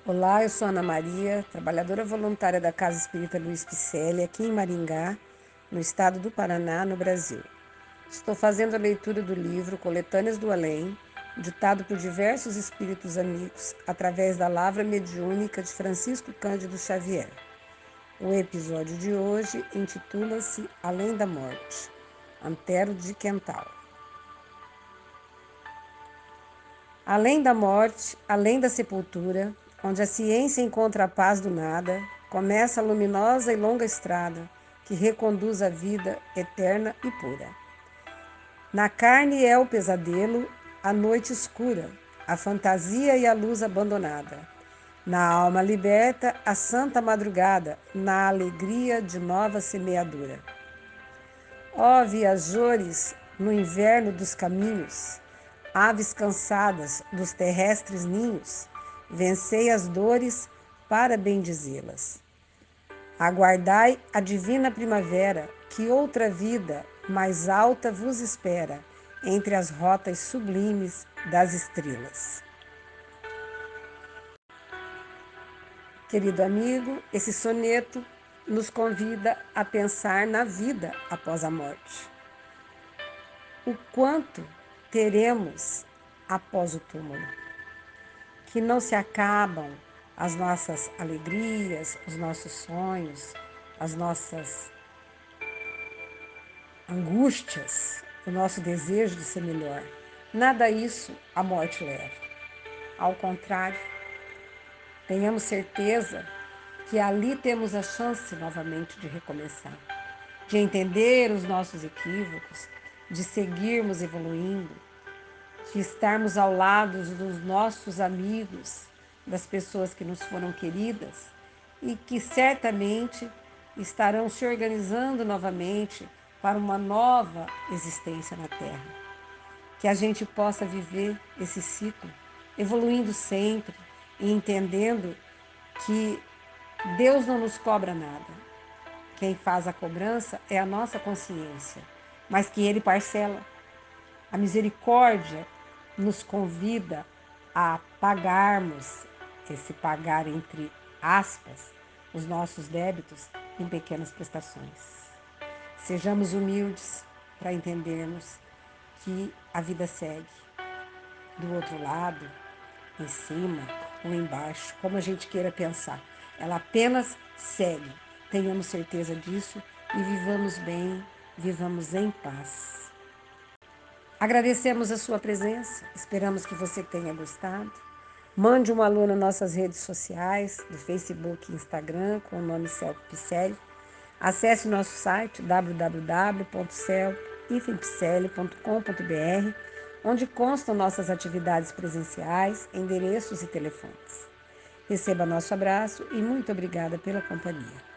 Olá, eu sou Ana Maria, trabalhadora voluntária da Casa Espírita Luiz Picelli, aqui em Maringá, no estado do Paraná, no Brasil. Estou fazendo a leitura do livro Coletâneas do Além, ditado por diversos espíritos amigos, através da lavra mediúnica de Francisco Cândido Xavier. O episódio de hoje intitula-se Além da Morte, Antero de Quental. Além da morte, além da sepultura, onde a ciência encontra a paz do nada, começa a luminosa e longa estrada que reconduz à vida eterna e pura. Na carne é o pesadelo, a noite escura, a fantasia e a luz abandonada. Na alma liberta, a santa madrugada, na alegria de nova semeadura. Ó viajores no inverno dos caminhos, aves cansadas dos terrestres ninhos, vencei as dores para bendizê-las. Aguardai a divina primavera, que outra vida mais alta vos espera, entre as rotas sublimes das estrelas. Querido amigo, esse soneto nos convida a pensar na vida após a morte. O quanto teremos após o túmulo? Que não se acabam as nossas alegrias, os nossos sonhos, as nossas angústias, o nosso desejo de ser melhor. Nada isso a morte leva. Ao contrário, tenhamos certeza que ali temos a chance novamente de recomeçar, de entender os nossos equívocos, de seguirmos evoluindo, de estarmos ao lado dos nossos amigos, das pessoas que nos foram queridas e que certamente estarão se organizando novamente para uma nova existência na Terra. Que a gente possa viver esse ciclo, evoluindo sempre e entendendo que Deus não nos cobra nada. Quem faz a cobrança é a nossa consciência, mas que Ele parcela. A misericórdia nos convida a pagarmos, esse pagar entre aspas, os nossos débitos em pequenas prestações. Sejamos humildes para entendermos que a vida segue do outro lado, em cima ou embaixo, como a gente queira pensar. Ela apenas segue. Tenhamos certeza disso e vivamos bem, vivamos em paz. Agradecemos a sua presença, esperamos que você tenha gostado. Mande um alô nas nossas redes sociais, do Facebook e Instagram, com o nome Celpe Picelli. Acesse nosso site www.celpe-picelli.com.br, onde constam nossas atividades presenciais, endereços e telefones. Receba nosso abraço e muito obrigada pela companhia.